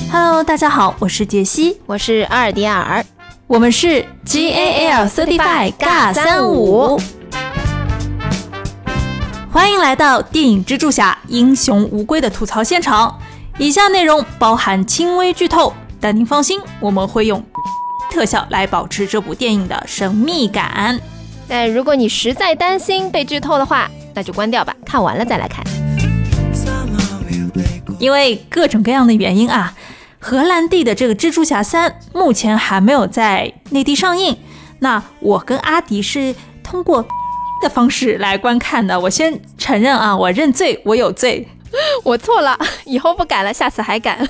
Hello， 大家好，我是杰西， 我是阿尔迪尔， 我们是 GAL Certified 尬35，欢迎来到电影蜘蛛侠英雄无归的吐槽现场。以下内容包含轻微剧透，但您放心，我们会用特效来保持这部电影的神秘感。 但如果你实在担心被剧透的话，那就关掉吧，看完了再来看。 因为各种各样的原因啊，荷兰弟的这个蜘蛛侠3目前还没有在内地上映，那我跟阿迪是通过的方式来观看的。我先承认啊，我认罪，我有罪， 我错了，以后不敢了，下次还敢。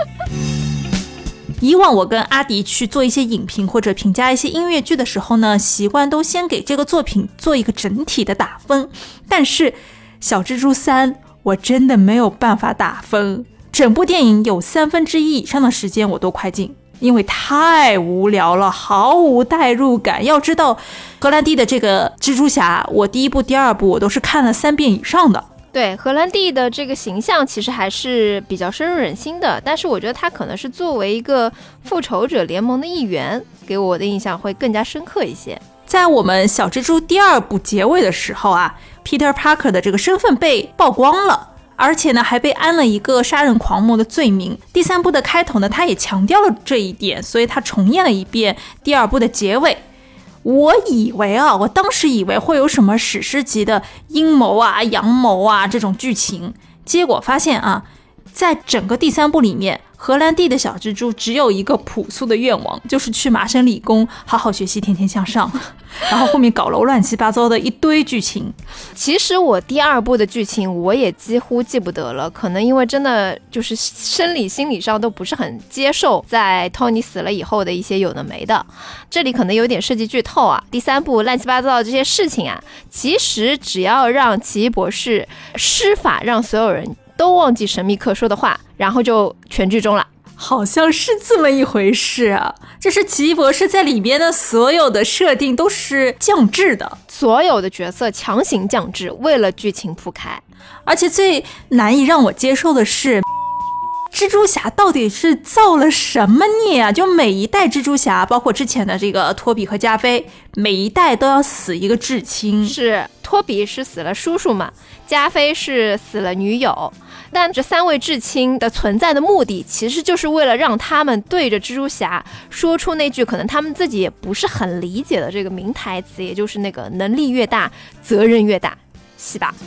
以往我跟阿迪去做一些影评或者评价一些音乐剧的时候呢，习惯都先给这个作品做一个整体的打分，但是小蜘蛛3我真的没有办法打分，整部电影有1/3以上的时间我都快进，因为太无聊了，毫无代入感。要知道荷兰弟的这个蜘蛛侠，我第一部第二部我都是看了3遍以上的。 对，荷兰弟的这个形象其实还是比较深入人心的，但是我觉得他可能是作为一个复仇者联盟的一员，给我的印象会更加深刻一些。 在我们小蜘蛛第2部结尾的时候啊， Peter Parker 的这个身份被曝光了，而且呢还被安了一个杀人狂魔的罪名。第3部的开头呢，他也强调了这一点，所以他重演了一遍第2部的结尾。我当时以为会有什么史诗级的阴谋啊、阳谋啊这种剧情，结果发现啊，在整个第3部里面，荷兰弟的小蜘蛛只有一个朴素的愿望，就是去麻省理工好好学习，天天向上。然后后面搞了乱七八糟的一堆剧情。 其实我第2部的剧情我也几乎记不得了，可能因为真的就是生理心理上都不是很接受在 Tony 死了以后的一些有的没的。这里可能有点涉及剧透啊。第3部乱七八糟的这些事情啊，其实只要让奇异博士施法让所有人都忘记神秘客说的话，然后就全剧终了。 好像是这么一回事啊，就是奇异博士在里边的所有的设定都是降智的， 所有的角色强行降智，为了剧情铺开。 而且最难以让我接受的是，蜘蛛侠到底是造了什么孽啊？就每一代蜘蛛侠，包括之前的这个托比和加菲，每一代都要死一个至亲。 是，托比是死了叔叔嘛，加菲是死了女友。但这3位至亲的存在的目的，其实就是为了让他们对着蜘蛛侠说出那句可能他们自己也不是很理解的这个名台词，也就是那个能力越大，责任越大，是吧？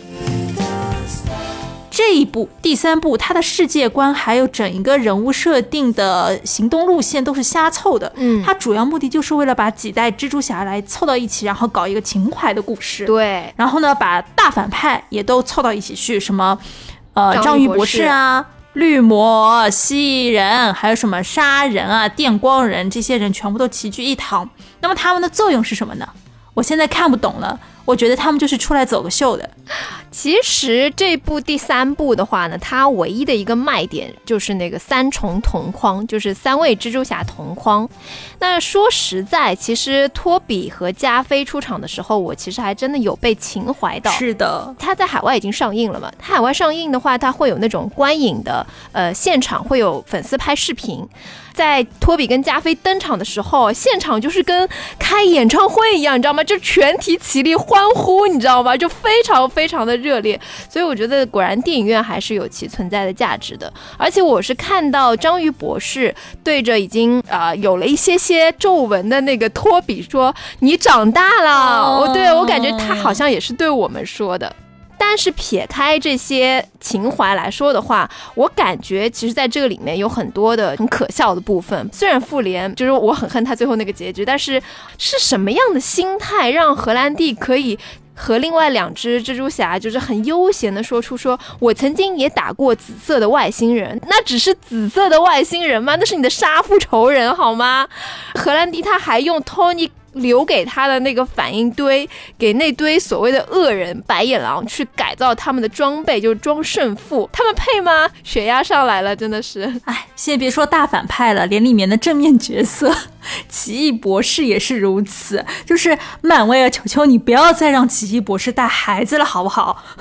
这一部第3部，它的世界观还有整一个人物设定的行动路线都是瞎凑的。它主要目的就是为了把几代蜘蛛侠来凑到一起，然后搞一个情怀的故事。 对， 然后呢，把大反派也都凑到一起去，什么章鱼博士啊、绿魔、蜥蜴人，还有什么杀人啊、电光人，这些人全部都齐聚一堂。那么他们的作用是什么呢？我现在看不懂了，我觉得他们就是出来走个秀的。 其实这部第3部的话呢，它唯一的一个卖点就是那个3重同框，就是3位蜘蛛侠同框。那说实在，其实托比和加菲出场的时候，我其实还真的有被情怀到。 是的， 它在海外已经上映了嘛，它海外上映的话，它会有那种观影的现场，会有粉丝拍视频。在托比跟加菲登场的时候，现场就是跟开演唱会一样，你知道吗？就全体起立欢呼，你知道吗？就非常非常的热烈。所以我觉得果然电影院还是有其存在的价值的。而且我是看到章鱼博士对着已经有了一些皱纹的那个托比说：“你长大了。”我感觉他好像也是对我们说的。但是撇开这些情怀来说的话，我感觉其实在这个里面有很多的很可笑的部分。虽然复联就是我很恨他最后那个结局，但是是什么样的心态让荷兰弟可以和另外2只蜘蛛侠就是很悠闲的说我曾经也打过紫色的外星人。那只是紫色的外星人吗？那是你的杀父仇人好吗？荷兰弟他还用 Tony留给他的那个反应堆，给那堆所谓的恶人白眼狼去改造他们的装备，就是装胜负，他们配吗？血压上来了，真的是。 先别说大反派了，连里面的正面角色奇异博士也是如此。就是漫威啊，求求你不要再让奇异博士带孩子了好不好？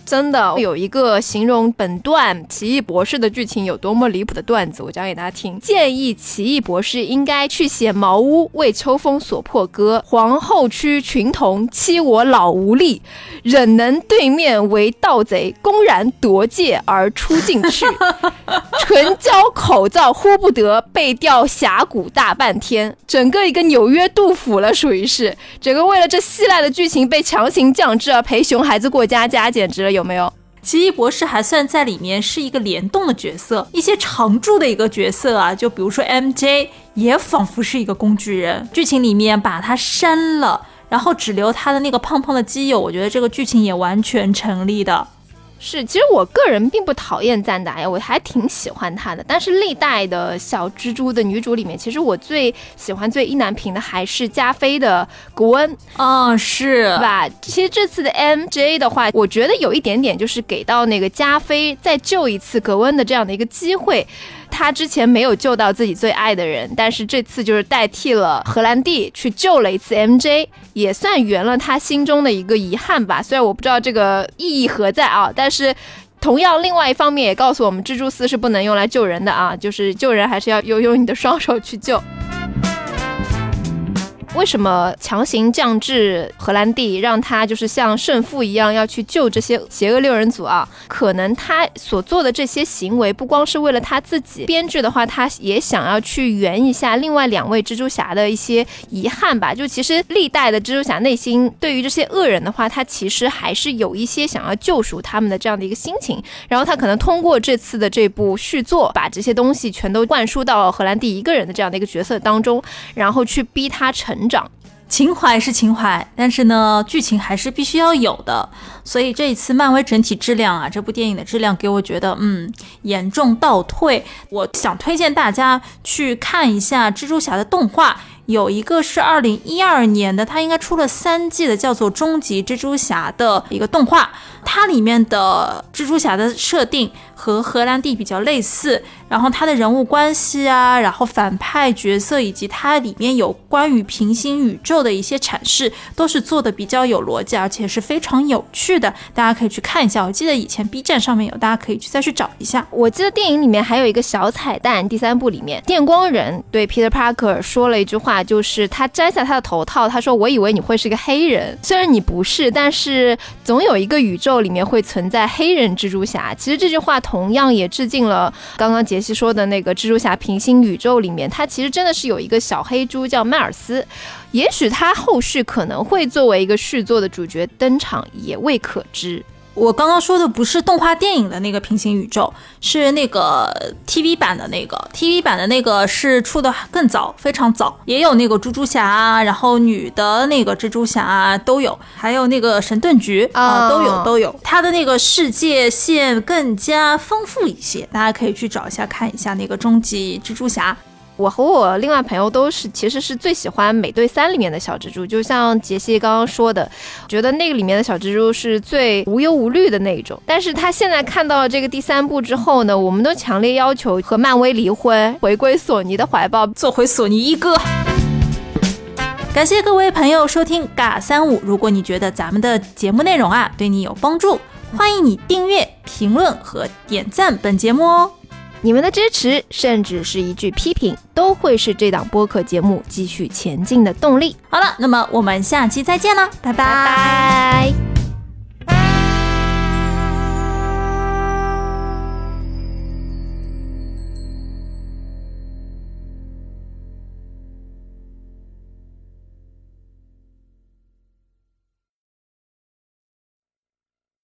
真的有一个形容本段奇异博士的剧情有多么离谱的段子，我讲给大家听。建议奇异博士应该去写茅屋为秋风所破歌，皇后区群童欺我老无力，忍能对面为盗贼，公然夺戒而出进去，唇焦口燥呼不得，被吊峡谷大半天，整个一个纽约杜甫了，属于是整个为了这稀烂的剧情被强行降智，陪熊孩子过家家，简直了，有没有？ 奇异博士还算在里面是一个联动的角色，一些常驻的一个角色啊，就比如说 MJ 也仿佛是一个工具人，剧情里面把他删了，然后只留他的那个胖胖的基友，我觉得这个剧情也完全成立的。 是，其实我个人并不讨厌赞达呀，我还挺喜欢她的。但是历代的小蜘蛛的女主里面，其实我最喜欢、最意难平的还是加菲的古恩。 是吧？其实这次的 MJ 的话，我觉得有一点点就是给到那个加菲再救一次格温的这样的一个机会。他之前没有救到自己最爱的人，但是这次就是代替了荷兰弟去救了一次 MJ， 也算圆了他心中的一个遗憾吧。虽然我不知道这个意义何在啊，但是同样另外一方面也告诉我们，蜘蛛丝是不能用来救人的啊，就是救人还是要用你的双手去救。为什么强行降智荷兰弟，让他就是像圣父一样要去救这些邪恶六人组啊？可能他所做的这些行为不光是为了他自己，编剧的话他也想要去圆一下另外两位蜘蛛侠的一些遗憾吧。就其实历代的蜘蛛侠内心对于这些恶人的话，他其实还是有一些想要救赎他们的这样的一个心情，然后他可能通过这次的这部续作，把这些东西全都灌输到荷兰弟一个人的这样的一个角色当中，然后去逼他成长。 情怀是情怀，但是呢，剧情还是必须要有的。所以这一次漫威整体质量啊，这部电影的质量给我觉得严重倒退。我想推荐大家去看一下蜘蛛侠的动画，有一个是2012年的，它应该出了3季的，叫做终极蜘蛛侠的一个动画。它里面的蜘蛛侠的设定和荷兰弟比较类似，然后它的人物关系啊，然后反派角色以及它里面有关于平行宇宙的一些阐释，都是做的比较有逻辑，而且是非常有趣的，大家可以去看一下。我记得以前 B 站上面有，大家可以再去找一下。 我记得电影里面还有一个小彩蛋，第3部里面电光人对 Peter Parker 说了一句话，就是他摘下他的头套，他说我以为你会是个黑人，虽然你不是，但是总有一个宇宙里面会存在黑人蜘蛛侠。其实这句话同样也致敬了刚刚杰西说的那个蜘蛛侠平行宇宙里面，他其实真的是有一个小黑猪叫迈尔斯，也许他后续可能会作为一个续作的主角登场，也未可知。 我刚刚说的不是动画电影的那个平行宇宙，是那个 TV 版的那个 TV 版的那个是出的更早，非常早，也有那个猪猪侠啊，然后女的那个蜘蛛侠啊都有，还有那个神盾局都有。它的那个世界线更加丰富一些，大家可以去找一下看一下那个终极蜘蛛侠。 我和我另外朋友都是其实是最喜欢美队3里面的小蜘蛛，就像杰西刚刚说的，觉得那个里面的小蜘蛛是最无忧无虑的那种。但是他现在看到了这个第3部之后呢，我们都强烈要求和漫威离婚，回归索尼的怀抱， 做回索尼一哥。感谢各位朋友收听尬35，如果你觉得咱们的节目内容啊对你有帮助，欢迎你订阅、评论和点赞本节目哦。 你们的支持，甚至是一句批评，都会是这档播客节目继续前进的动力。 好了，那么我们下期再见了，拜拜。 拜拜。